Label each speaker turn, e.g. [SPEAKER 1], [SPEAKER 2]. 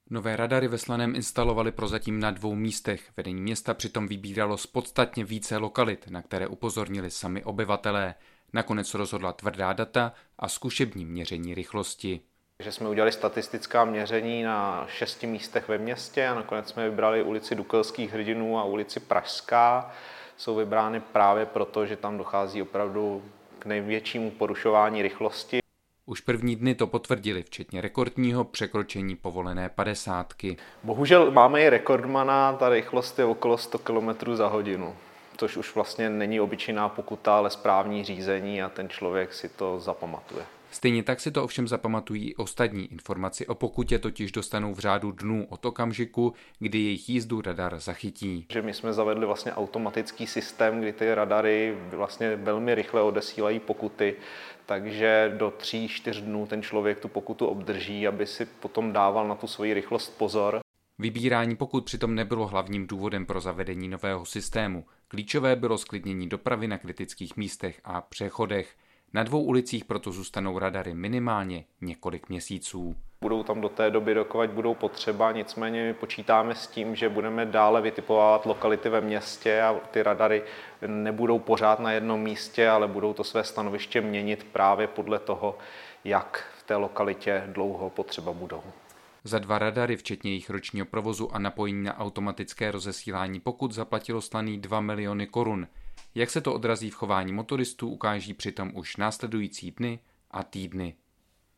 [SPEAKER 1] Nové radary ve Slaném instalovali prozatím na 2 místech. Vedení města přitom vybíralo z podstatně více lokalit, na které upozornili sami obyvatelé. Nakonec rozhodla tvrdá data a zkušební měření rychlosti.
[SPEAKER 2] Takže jsme udělali statistická měření na 6 místech ve městě a nakonec jsme vybrali ulici Dukelských hrdinů a ulici Pražská. Jsou vybrány právě proto, že tam dochází opravdu k největšímu porušování rychlosti.
[SPEAKER 1] Už první dny to potvrdili, včetně rekordního překročení povolené 50.
[SPEAKER 2] Bohužel máme i rekordmana, ta rychlost je okolo 100 km za hodinu, což už vlastně není obyčejná pokuta, ale správní řízení a ten člověk si to zapamatuje.
[SPEAKER 1] Stejně tak si to ovšem zapamatují i ostatní. Informaci o pokutě totiž dostanou v řádu dnů od okamžiku, kdy jejich jízdu radar zachytí.
[SPEAKER 2] Že my jsme zavedli vlastně automatický systém, kdy ty radary vlastně velmi rychle odesílají pokuty, takže do 3-4 dnů ten člověk tu pokutu obdrží, aby si potom dával na tu svoji rychlost pozor.
[SPEAKER 1] Vybírání pokut přitom nebylo hlavním důvodem pro zavedení nového systému. Klíčové bylo zklidnění dopravy na kritických místech a přechodech. Na 2 ulicích proto zůstanou radary minimálně několik měsíců.
[SPEAKER 2] Budou tam do té doby, dokud budou potřeba, nicméně my počítáme s tím, že budeme dále vytipovat lokality ve městě a ty radary nebudou pořád na jednom místě, ale budou to své stanoviště měnit právě podle toho, jak v té lokalitě dlouho potřeba budou.
[SPEAKER 1] Za 2 radary, včetně jejich ročního provozu a napojení na automatické rozesílání pokut, zaplatilo Slaný 2 miliony korun. Jak se to odrazí v chování motoristů, ukáží přitom už následující dny a týdny.